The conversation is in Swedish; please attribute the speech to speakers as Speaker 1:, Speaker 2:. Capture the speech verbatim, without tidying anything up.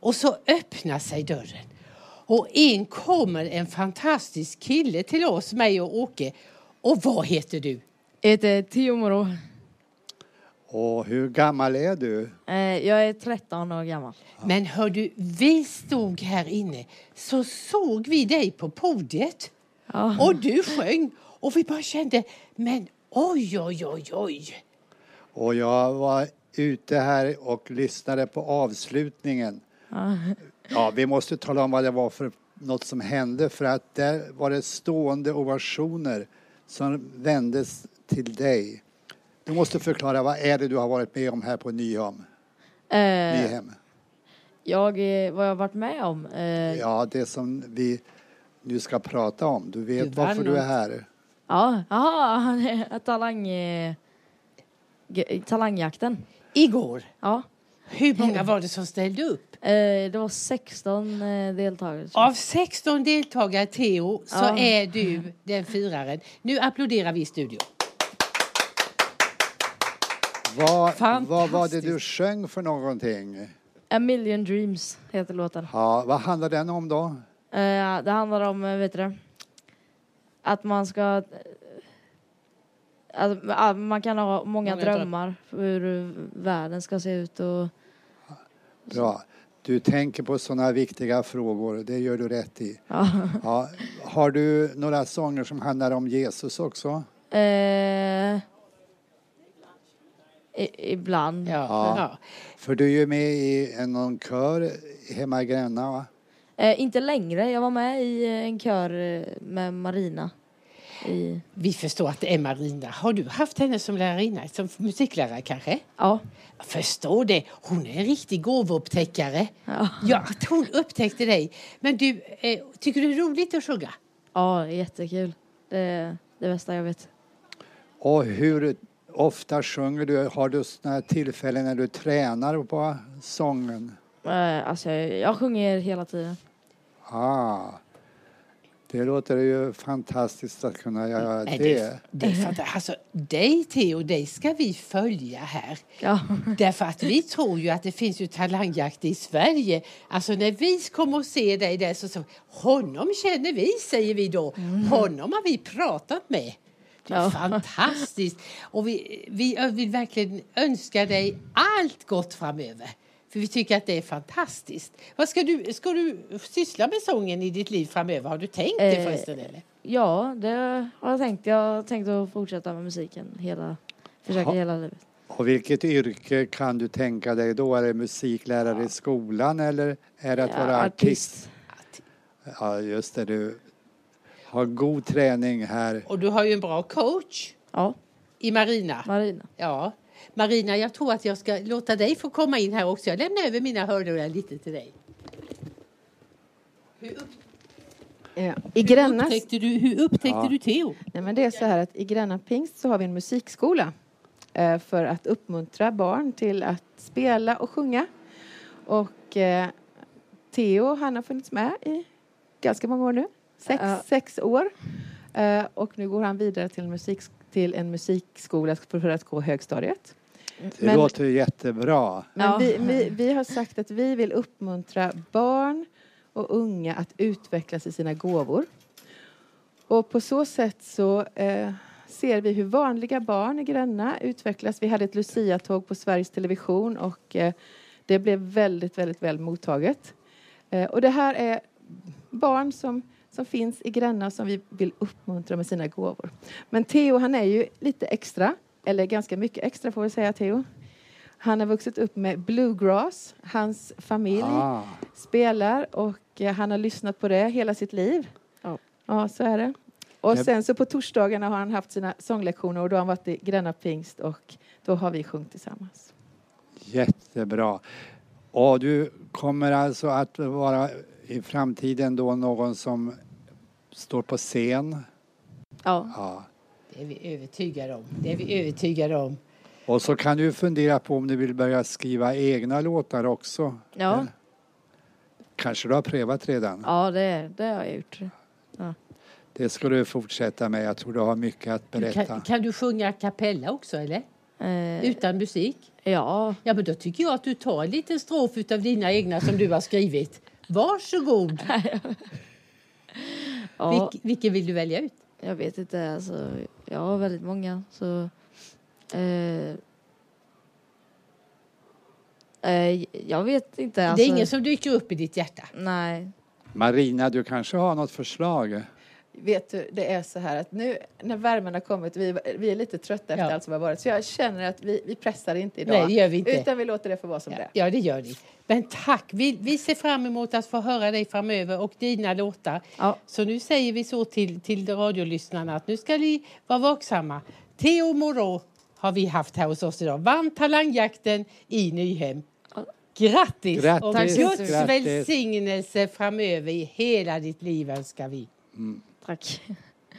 Speaker 1: Och så öppnar sig dörren. Och in kommer en fantastisk kille till oss, mig och Åke. Och vad heter du?
Speaker 2: Jag heter Theo Moro.
Speaker 3: Och hur gammal är du?
Speaker 2: Eh, jag är tretton år gammal.
Speaker 1: Men hör du, vi stod här inne så såg vi dig på podiet.
Speaker 2: Ja.
Speaker 1: Och du sjöng. Och vi bara kände, men oj, oj, oj, oj.
Speaker 3: Och jag var ute här och lyssnade på avslutningen.
Speaker 2: Ja.
Speaker 3: Ja, vi måste tala om vad det var för något som hände. För att där var det stående ovationer som vändes till dig. Du måste förklara, vad är det du har varit med om här på Nyhem?
Speaker 2: Eh,
Speaker 3: Nyhem.
Speaker 2: jag, eh, vad jag har varit med om? Eh,
Speaker 3: Ja, det som vi nu ska prata om. Du vet
Speaker 1: Du vann
Speaker 3: varför du är
Speaker 1: något.
Speaker 3: här.
Speaker 2: Ja, jaha, talang, eh, ge- talangjakten.
Speaker 1: Igår,
Speaker 2: Ja,
Speaker 1: hur många var det som ställde upp?
Speaker 2: eh, det var sexton eh, deltagare.
Speaker 1: Av sexton deltagare, Theo, så
Speaker 2: Ja.
Speaker 1: är du den firaren. Nu applåderar vi i studion.
Speaker 3: Vad,
Speaker 1: Fantastiskt.
Speaker 3: vad var det du sjöng för någonting?
Speaker 2: A Million Dreams heter låten.
Speaker 3: Ja, vad handlar den om då?
Speaker 2: Eh, det handlar om, eh, vet du det, att man ska... eh, Att, att man kan ha många,
Speaker 1: Många
Speaker 2: drömmar för hur världen ska se ut. Och,
Speaker 3: Bra. Du tänker på sådana viktiga frågor. Det gör du rätt i.
Speaker 2: ja.
Speaker 3: Ja. Har du några sånger som handlar om Jesus också?
Speaker 2: eh, i, ibland.
Speaker 1: Ja.
Speaker 3: Ja.
Speaker 1: Ja.
Speaker 3: För du är ju med i en någon kör hemma i Gränna, va?
Speaker 2: Eh, inte längre. Jag var med i eh, en kör eh, med Marina. I,
Speaker 1: Vi förstår att det är Marina. Har du haft henne som lärarinna, som musiklärare kanske?
Speaker 2: ja.
Speaker 1: Jag förstår det. Hon är en riktig gåvoupptäckare.
Speaker 2: Ja.
Speaker 1: Ja, att hon upptäckte dig. Men du, eh, tycker du det är roligt att sjunga?
Speaker 2: Ja, det är jättekul. Det är det bästa jag vet.
Speaker 3: Och hur ofta sjunger du? Har du sådana tillfällen när du tränar på sången?
Speaker 2: Eh, alltså, jag, jag sjunger hela tiden.
Speaker 3: Ah, det låter ju fantastiskt att kunna göra
Speaker 1: Nej,
Speaker 3: det.
Speaker 1: det, det är fantastiskt. Alltså, dig, Theo, dig ska vi följa här.
Speaker 2: Ja.
Speaker 1: Därför att vi tror ju att det finns ju talangjakt i Sverige. Alltså när vi kommer och ser dig där så, så honom känner vi, säger vi då. Honom har vi pratat med. Det är
Speaker 2: Ja.
Speaker 1: fantastiskt. Och vi, vi vill verkligen önska dig allt gott framöver. För vi tycker att det är fantastiskt. Vad ska du, ska du syssla med sången i ditt liv framöver? Har du tänkt det
Speaker 2: Eh,
Speaker 1: förresten eller?
Speaker 2: Ja, det har jag tänkt. Jag har tänkt att fortsätta med musiken hela, försöka
Speaker 3: Ja.
Speaker 2: hela livet.
Speaker 3: Och vilket yrke kan du tänka dig då? Är det musiklärare i skolan eller är det att
Speaker 2: Ja,
Speaker 3: vara artist?
Speaker 2: artist.
Speaker 3: Ja, just det. Du har god träning här.
Speaker 1: Och du har ju en bra coach
Speaker 2: Ja,
Speaker 1: i Marina.
Speaker 2: Marina.
Speaker 1: Ja, Marina, jag tror att jag ska låta dig få komma in här också. Jag lämnar över mina hörlurar lite till dig. Hur, upp,
Speaker 4: Ja. I
Speaker 1: hur
Speaker 4: Grännas,
Speaker 1: upptäckte du, hur upptäckte
Speaker 3: Ja.
Speaker 1: du Theo?
Speaker 4: nej men det är så här att i Gränna Pingst så har vi en musikskola eh, för att uppmuntra barn till att spela och sjunga. Och eh, Theo, han har funnits med i ganska många år nu. Sex,
Speaker 2: Ja.
Speaker 4: sex år. Eh, och nu går han vidare till, musik, till en musikskola för att gå högstadiet.
Speaker 3: Det
Speaker 4: Men-
Speaker 3: låter jättebra.
Speaker 4: Men
Speaker 2: Ja.
Speaker 4: vi, vi, vi har sagt att vi vill uppmuntra barn och unga att utvecklas i sina gåvor. Och på så sätt så eh, ser vi hur vanliga barn i Gränna utvecklas. Vi hade ett Lucia-tåg på Sveriges Television och eh, det blev väldigt, väldigt väl mottaget. Eh, och det här är barn som, som finns i Gränna som vi vill uppmuntra med sina gåvor. Men Theo, han är ju lite extra, eller ganska mycket extra får vi säga, Theo. Han har vuxit upp med bluegrass. Hans familj
Speaker 3: Ah,
Speaker 4: spelar och eh, han har lyssnat på det hela sitt liv.
Speaker 2: Ja.
Speaker 4: Ja, så är det. Och
Speaker 3: Jag-
Speaker 4: sen så på torsdagarna har han haft sina sånglektioner och då har han varit i Gränna Pingst och då har vi sjungit tillsammans.
Speaker 3: jättebra. Och du kommer alltså att vara i framtiden då någon som står på scen?
Speaker 2: Ja.
Speaker 3: Ja.
Speaker 1: Det är vi övertygade om. Det är vi övertygade om.
Speaker 3: Och så kan du fundera på om du vill börja skriva egna låtar också.
Speaker 2: Ja.
Speaker 3: Kanske du har prövat redan.
Speaker 2: Ja, det, det har jag gjort.
Speaker 3: Det ska du fortsätta med. Jag tror du har mycket att
Speaker 1: Du
Speaker 3: berätta.
Speaker 1: kan, kan du sjunga a cappella också eller?
Speaker 2: Eh,
Speaker 1: Utan musik?
Speaker 2: ja,
Speaker 1: Ja, men då tycker jag att du tar en liten strof utav dina egna som du har skrivit. Varsågod.
Speaker 2: ja
Speaker 1: Vilk, vilken vill du välja ut?
Speaker 2: jag vet inte. Alltså, jag har väldigt många. Så, eh, eh, jag vet inte. Alltså,
Speaker 1: Det är ingen som dyker upp i ditt hjärta.
Speaker 2: Nej.
Speaker 3: Marina, du kanske har något förslag?
Speaker 4: Vet du, det är så här att nu när värmen har kommit, vi, vi är lite trötta efter
Speaker 1: Ja.
Speaker 4: allt som har varit. Så jag känner att vi, vi pressar inte idag.
Speaker 1: Nej, det gör vi inte.
Speaker 4: Utan vi låter det få vara som
Speaker 1: Ja,
Speaker 4: det är.
Speaker 1: ja, det gör ni. Men tack. Vi, vi ser fram emot att få höra dig framöver och dina låtar.
Speaker 2: Ja.
Speaker 1: Så nu säger vi så till, till radiolyssnarna att nu ska ni vara vaksamma. Theo Moreau har vi haft här hos oss idag. Vann Talangjakten i Nyhem. Grattis!
Speaker 3: Grattis,
Speaker 1: Och
Speaker 2: Tack så
Speaker 1: Guds
Speaker 3: grattis.
Speaker 1: välsignelse framöver i hela ditt liv önskar vi.
Speaker 2: Tack.